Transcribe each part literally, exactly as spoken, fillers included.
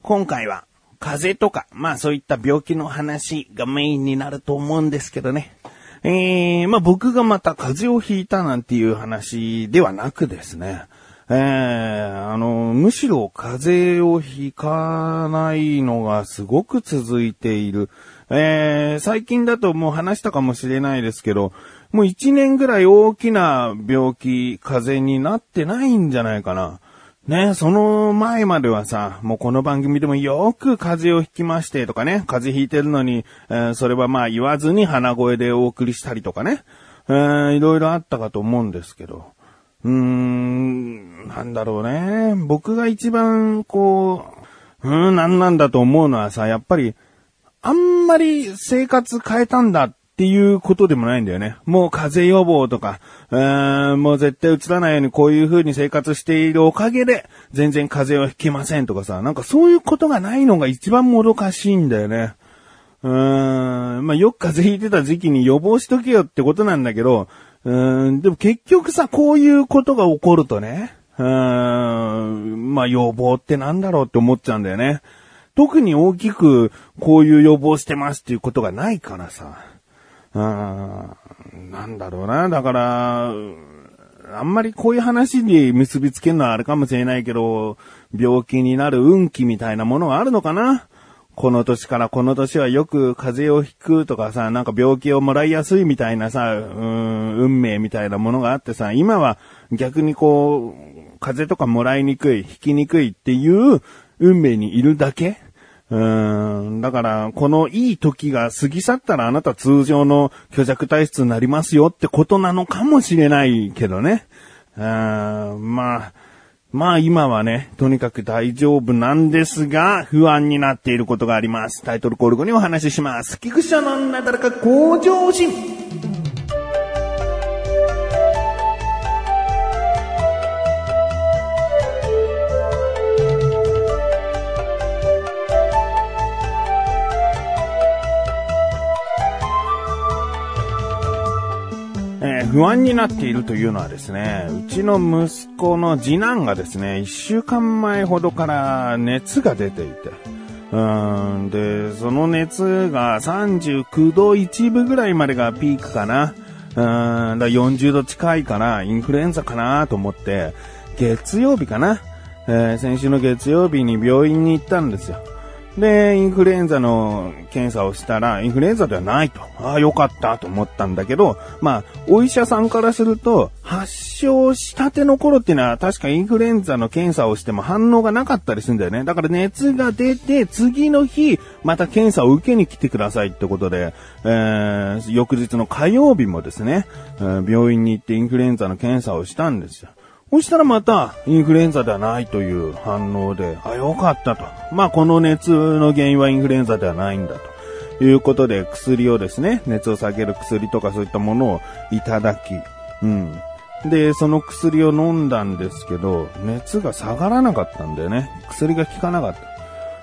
今回は風邪とか、まあそういった病気の話がメインになると思うんですけどね。えー、まあ僕がまた風邪をひいたなんていう話ではなくですね。えー、あの、むしろ風邪をひかないのがすごく続いている。えー、最近だともう話したかもしれないですけど、もう一年ぐらい大きな病気、風邪になってないんじゃないかな。ね、その前まではさ、もうこの番組でもよく風邪をひきましてとかね、風邪ひいてるのに、えー、それはまあ言わずに鼻声でお送りしたりとかね、えー、いろいろあったかと思うんですけど、うーん、なんだろうね、僕が一番こう、うーん、なんなんだと思うのはさ、やっぱり、あんまり生活変えたんだっていうことでもないんだよね。もう風邪予防とか、うーん、もう絶対移らないようにこういう風に生活しているおかげで、全然風邪をひきませんとかさ、なんかそういうことがないのが一番もどかしいんだよね。うーん、まあよく風邪ひいてた時期に予防しとけよってことなんだけど、うーん、でも結局さ、こういうことが起こるとね、うーん、まあ予防ってなんだろうって思っちゃうんだよね。特に大きくこういう予防してますっていうことがないからさ。うーん、なんだろうな。だから、あんまりこういう話に結びつけるのはあれかもしれないけど、病気になる運気みたいなものがあるのかな。この年からこの年はよく風邪をひくとかさ、なんか病気をもらいやすいみたいなさ、うーん、運命みたいなものがあってさ、今は逆にこう、風邪とかもらいにくい、ひきにくいっていう運命にいるだけ。うーん、だから、このいい時が過ぎ去ったらあなた通常の虚弱体質になりますよってことなのかもしれないけどね。うーん、まあ、まあ今はね、とにかく大丈夫なんですが、不安になっていることがあります。タイトルコール後にお話しします。菊池のなだらか向上心。えー、不安になっているというのはですね、うちの息子の次男がですね、一週間前ほどから熱が出ていて、うーん、で、その熱がさんじゅうきゅうどいちぶぐらいまでがピークかな。うーん、だよんじゅうど近いからインフルエンザかなと思って、月曜日かな、えー、先週の月曜日に病院に行ったんですよ。で、インフルエンザの検査をしたら、インフルエンザではないと。ああ、よかったと思ったんだけど、まあ、お医者さんからすると、発症したての頃っていうのは、確かインフルエンザの検査をしても反応がなかったりするんだよね。だから熱が出て、次の日、また検査を受けに来てくださいってことで、えー、翌日の火曜日もですね、えー、病院に行ってインフルエンザの検査をしたんですよ。そしたらまた、インフルエンザではないという反応で、あ、よかったと。まあ、この熱の原因はインフルエンザではないんだということで、薬をですね、熱を下げる薬とかそういったものをいただき、うん。で、その薬を飲んだんですけど、熱が下がらなかったんだよね。薬が効かなかった。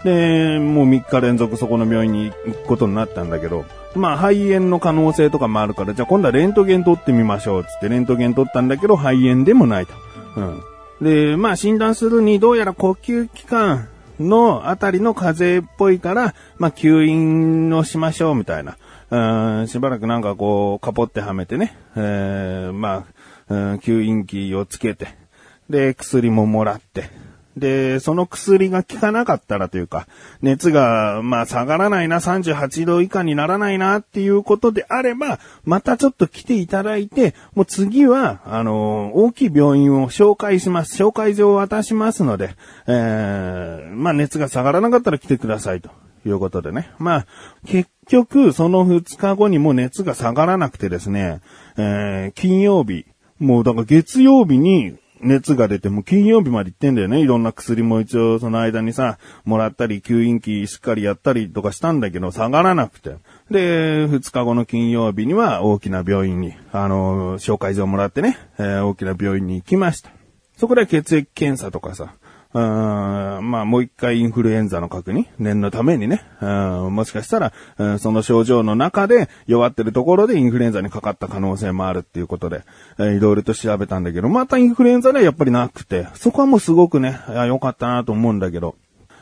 で、もうみっか連続そこの病院に行くことになったんだけど、まあ肺炎の可能性とかもあるから、じゃあ今度はレントゲン取ってみましょうつってレントゲン取ったんだけど肺炎でもないと。うん。で、まあ診断するにどうやら呼吸器官のあたりの風邪っぽいから、まあ吸引をしましょうみたいな。うん、しばらくなんかこうカポってはめてね、えー、まあ、うん、吸引器をつけて、で薬ももらって。で、その薬が効かなかったらというか、熱が、まあ下がらないな、さんじゅうはちど以下にならないなっていうことであれば、またちょっと来ていただいて、もう次は、あのー、大きい病院を紹介します。紹介状を渡しますので、えー、まあ熱が下がらなかったら来てくださいということでね。まあ、結局、そのふつかごにも熱が下がらなくてですね、えー、金曜日、もうだから月曜日に、熱が出ても金曜日まで行ってんだよね。いろんな薬も一応その間にさ、もらったり吸引器しっかりやったりとかしたんだけど下がらなくて。で、二日後の金曜日には大きな病院に、あの、紹介状もらってね、えー、大きな病院に行きました。そこで血液検査とかさ、うーんまあもう一回インフルエンザの確認、念のためにね、うんもしかしたら、うん、その症状の中で弱ってるところでインフルエンザにかかった可能性もあるっていうことで、えー、いろいろと調べたんだけど、またインフルエンザではやっぱりなくて、そこはもうすごくね、良かったなと思うんだけど、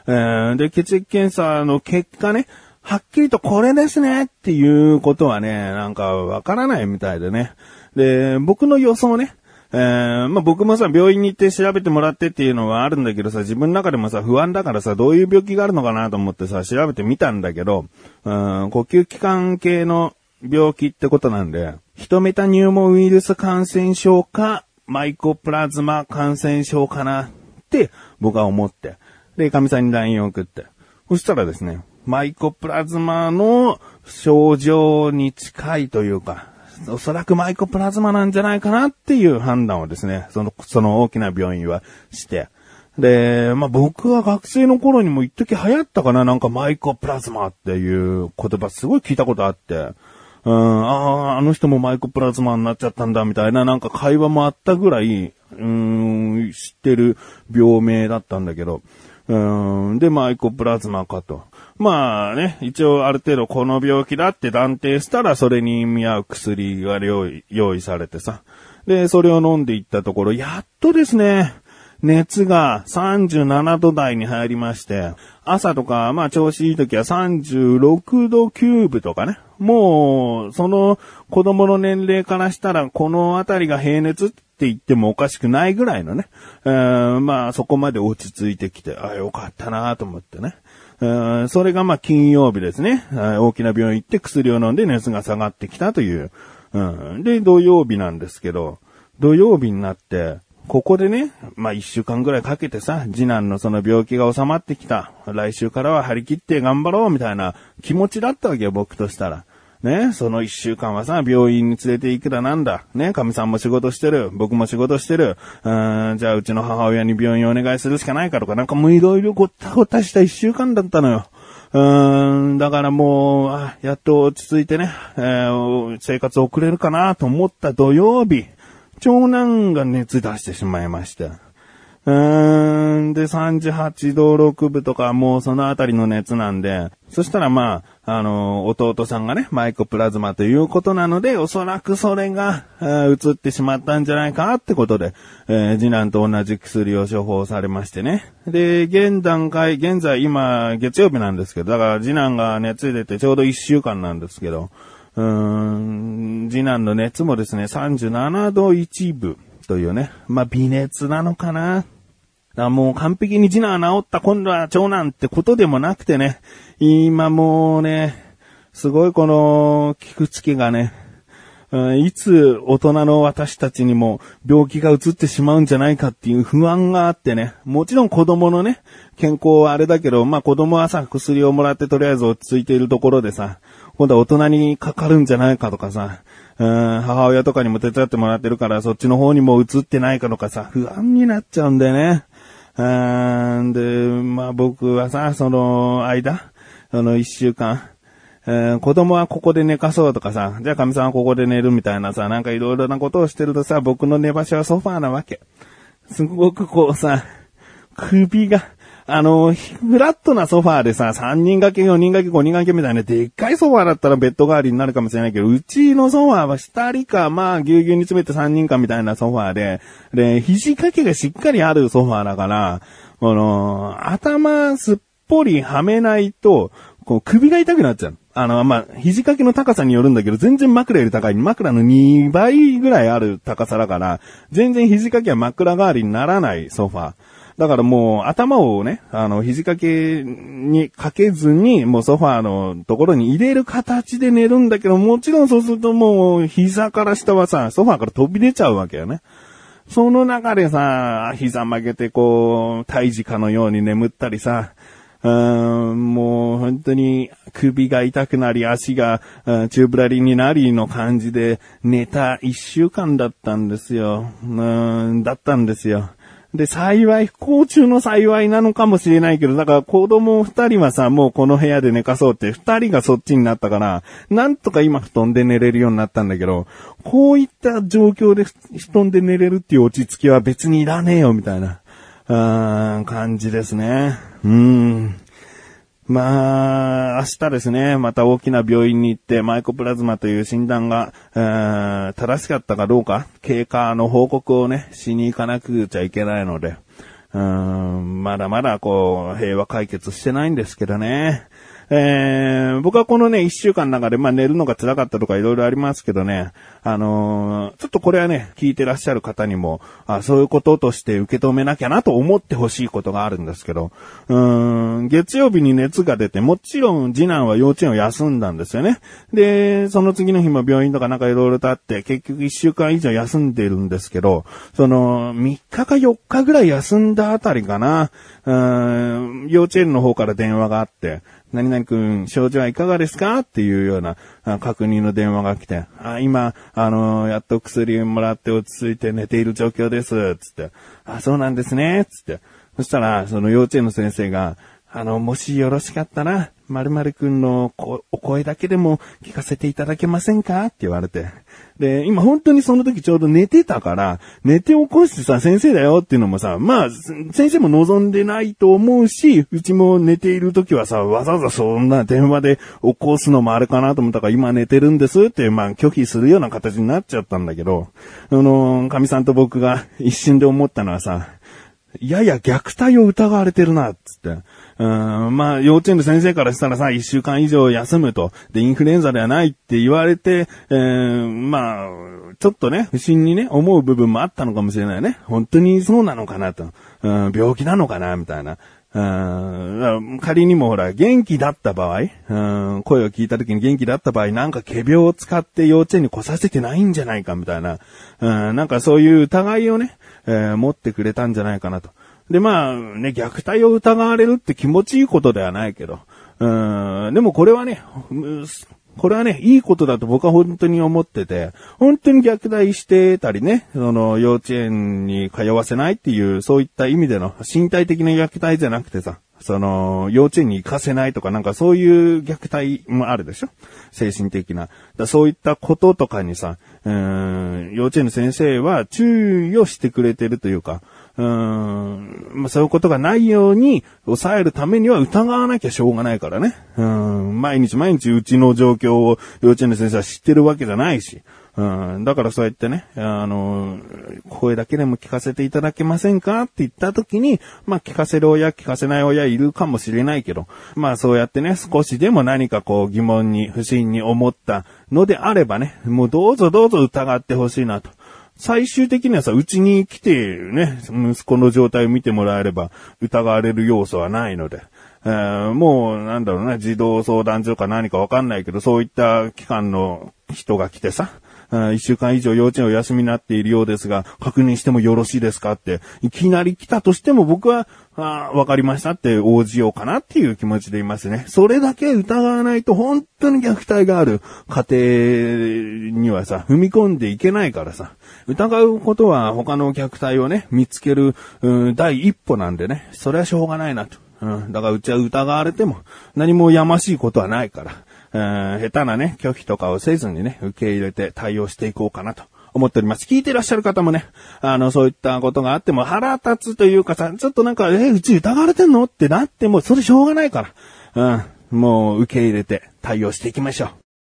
えー、で、血液検査の結果ね、はっきりとこれですねっていうことはね、なんかわからないみたいでね。で、僕の予想ね、えー、まあ、僕もさ、病院に行って調べてもらってっていうのはあるんだけどさ、自分の中でもさ、不安だからさ、どういう病気があるのかなと思ってさ、調べてみたんだけど、うん、呼吸器官系の病気ってことなんで、ヒトメタニューモウイルス感染症か、マイコプラズマ感染症かなって僕は思って、で、神さんに ライン を送って、そしたらですね、マイコプラズマの症状に近いというか、おそらくマイコプラズマなんじゃないかなっていう判断をですね、その、その大きな病院はして。で、まあ、僕は学生の頃にも一時流行ったかな、なんかマイコプラズマっていう言葉すごい聞いたことあって、うん、ああ、あの人もマイコプラズマになっちゃったんだみたいななんか会話もあったぐらい、うん、知ってる病名だったんだけど、うん、で、マイコプラズマかと。まあね、一応ある程度この病気だって断定したらそれに見合う薬が用意、用意されてさ。で、それを飲んでいったところ、やっとですね、熱がさんじゅうななど台に入りまして、朝とか、まあ調子いい時はさんじゅうろくどきゅうぶとかね。もう、その子供の年齢からしたらこのあたりが平熱って言ってもおかしくないぐらいのね。えー、まあそこまで落ち着いてきて、あ、よかったなと思ってね。それがまあ金曜日ですね。大きな病院行って薬を飲んで熱が下がってきたという。うん、で、土曜日なんですけど、土曜日になって、ここでね、まあ一週間ぐらいかけてさ、次男のその病気が収まってきた。来週からは張り切って頑張ろうみたいな気持ちだったわけよ、僕としたら。ね、その一週間はさ、病院に連れて行くだなんだ。ね、神さんも仕事してる。僕も仕事してる。うーん、じゃあうちの母親に病院お願いするしかないかとか、なんかもういろいろごったごたした一週間だったのよ。うーん、だからもう、あ、やっと落ち着いてね、えー、生活を送れるかなと思った土曜日、長男が熱出してしまいました。うーん、で、さんじゅうはちどろくぶとかもうそのあたりの熱なんで、そしたらまあ、あの、弟さんがね、マイコプラズマということなので、おそらくそれが、移ってしまったんじゃないかってことで、えー、次男と同じ薬を処方されましてね。で、現段階、現在今、月曜日なんですけど、だから次男が熱出てちょうどいっしゅうかんなんですけど、うーん、次男の熱もですね、さんじゅうななどいちぶというね、まあ、微熱なのかな。だからもう完璧に次男は治った、今度は長男ってことでもなくてね、今もうね、すごいこの聞くつけがね、いつ大人の私たちにも病気が移ってしまうんじゃないかっていう不安があってね、もちろん子供のね、健康はあれだけど、まあ子供はさ、薬をもらってとりあえず落ち着いているところでさ、今度は大人にかかるんじゃないかとかさ、うん、母親とかにも手伝ってもらってるからそっちの方にも移ってないかとかさ、不安になっちゃうんだよね。うん、で、まあ僕はさ、その間、あの一週間、えー、子供はここで寝かそうとかさ、じゃあ神さんはここで寝るみたいなさ、なんかいろいろなことをしてるとさ、僕の寝場所はソファーなわけ。すごくこうさ、首が、あの、フラットなソファーでさ、さんにん掛け、よにん掛け、ごにん掛けみたいなでっかいソファーだったらベッド代わりになるかもしれないけど、うちのソファーは下りか、まあ、ぎゅうぎゅうに詰めてさんにんかみたいなソファーで、で、肘掛けがしっかりあるソファーだから、この、頭すっぽりはめないと、こう首が痛くなっちゃう。あの、まあ、肘掛けの高さによるんだけど、全然枕より高い。枕のにばいぐらいある高さだから、全然肘掛けは枕代わりにならないソファー。だからもう頭をね、あの、肘掛けにかけずに、もうソファーのところに入れる形で寝るんだけど、もちろんそうするともう膝から下はさ、ソファーから飛び出ちゃうわけよね。その中でさ、膝曲げてこう、胎児かのように眠ったりさ、うーん、もう本当に首が痛くなり、足がチューブラリンになりの感じで寝た一週間だったんですよ。うーん、だったんですよ。で、幸い、不幸中の幸いなのかもしれないけど、だから子供二人はさ、もうこの部屋で寝かそうって、二人がそっちになったから、なんとか今布団で寝れるようになったんだけど、こういった状況で布団で寝れるっていう落ち着きは別にいらねえよ、みたいな、うーん、感じですね。うーん。まあ、明日ですね、また大きな病院に行って、マイコプラズマという診断が、えー、正しかったかどうか、経過の報告をね、しに行かなくちゃいけないので、 うーん、まだまだこう、平和解決してないんですけどね。えー、僕はこのね、一週間の中で、まあ寝るのが辛かったとかいろいろありますけどね、あのー、ちょっとこれはね、聞いてらっしゃる方にも、あ、そういうこととして受け止めなきゃなと思ってほしいことがあるんですけど、うーん、月曜日に熱が出て、もちろん次男は幼稚園を休んだんですよね。で、その次の日も病院とかなんかいろいろとあって、結局一週間以上休んでるんですけど、その、みっかかよっかぐらい休んだあたりかな、うーん、幼稚園の方から電話があって、何々くん、症状はいかがですかっていうような確認の電話が来て、あ、今、あの、やっと薬もらって落ち着いて寝ている状況です、つって、あ、そうなんですね、つって。そしたら、その幼稚園の先生が、あの、もしよろしかったら、〇〇くんのお声だけでも聞かせていただけませんかって言われて。で、今本当にその時ちょうど寝てたから、寝て起こしてさ、先生だよっていうのもさ、まあ、先生も望んでないと思うし、うちも寝ている時はさ、わざわざそんな電話で起こすのもあれかなと思ったから、今寝てるんですって、まあ、拒否するような形になっちゃったんだけど、あの、かみさんと僕が一瞬で思ったのはさ、やや虐待を疑われてるな、つって。うーん、まあ、幼稚園の先生からしたらさ、一週間以上休むと。で、インフルエンザではないって言われて、えー、まあ、ちょっとね、不審にね、思う部分もあったのかもしれないね。本当にそうなのかなと。うん、病気なのかな、みたいな。うん、仮にもほら、元気だった場合、うん、声を聞いた時に元気だった場合、なんか仮病を使って幼稚園に来させてないんじゃないかみたいな、うん、なんかそういう疑いをね、えー、持ってくれたんじゃないかなと。で、まあ、ね、虐待を疑われるって気持ちいいことではないけど、うん、でもこれはね、これはね、いいことだと僕は本当に思ってて、本当に虐待してたりね、その幼稚園に通わせないっていう、そういった意味での身体的な虐待じゃなくてさ、その幼稚園に行かせないとかなんかそういう虐待もあるでしょ？精神的な。だそういったこととかにさ、うーん、幼稚園の先生は注意をしてくれてるというか、うーん、まあ、そういうことがないように抑えるためには疑わなきゃしょうがないからね。うーん、毎日毎日うちの状況を幼稚園の先生は知ってるわけじゃないし。うん、だからそうやってね、あの、声だけでも聞かせていただけませんかって言った時に、まあ聞かせる親、聞かせない親いるかもしれないけど、まあそうやってね、少しでも何かこう疑問に、不審に思ったのであればね、もうどうぞどうぞ疑ってほしいなと。最終的にはさ、うちに来てね、息子の状態を見てもらえれば疑われる要素はないので、えー、もうなんだろうな、児童相談所か何かわかんないけど、そういった機関の人が来てさ、一週間以上幼稚園お休みになっているようですが、確認してもよろしいですかって、いきなり来たとしても僕は、あ、わかりましたって応じようかなっていう気持ちでいますね。それだけ疑わないと本当に虐待がある家庭にはさ、踏み込んでいけないからさ、疑うことは他の虐待をね、見つける、うん、第一歩なんでね、それはしょうがないなと。うん、だからうちは疑われても何もやましいことはないから。下手なね、拒否とかをせずにね、受け入れて対応していこうかなと思っております。聞いてらっしゃる方もね、あの、そういったことがあっても腹立つというかさ、ちょっとなんか、え、うち疑われてんのってなっても、それしょうがないから、うん、もう受け入れて対応していきましょう。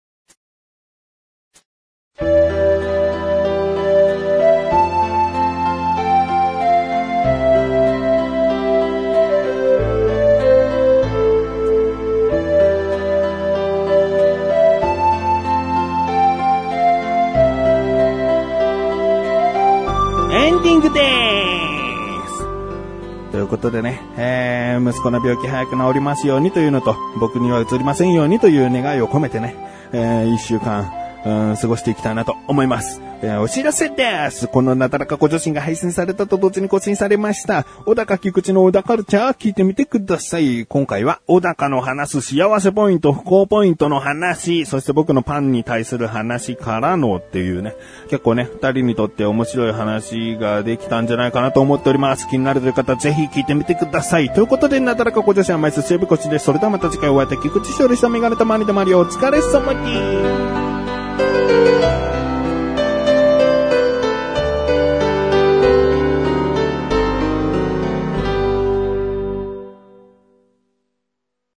エンディングでーす。ということでね、えー、息子の病気早く治りますようにというのと、僕には移りませんようにという願いを込めてね、えー、一週間、うん、過ごしていきたいなと思います。えー、お知らせです。このなだらかご女子が配信されたと同時に更新されました。小高菊池の小高カルチャー聞いてみてください。今回は小高の話す幸せポイント、不幸ポイントの話、そして僕のパンに対する話からのっていうね、結構ね、二人にとって面白い話ができたんじゃないかなと思っております。気になるという方、ぜひ聞いてみてください。ということで、なだらかご女子は毎週水曜日こちです。それではまた次回お会いいたい菊池勝利したメガネたまにでもありお疲れ様です。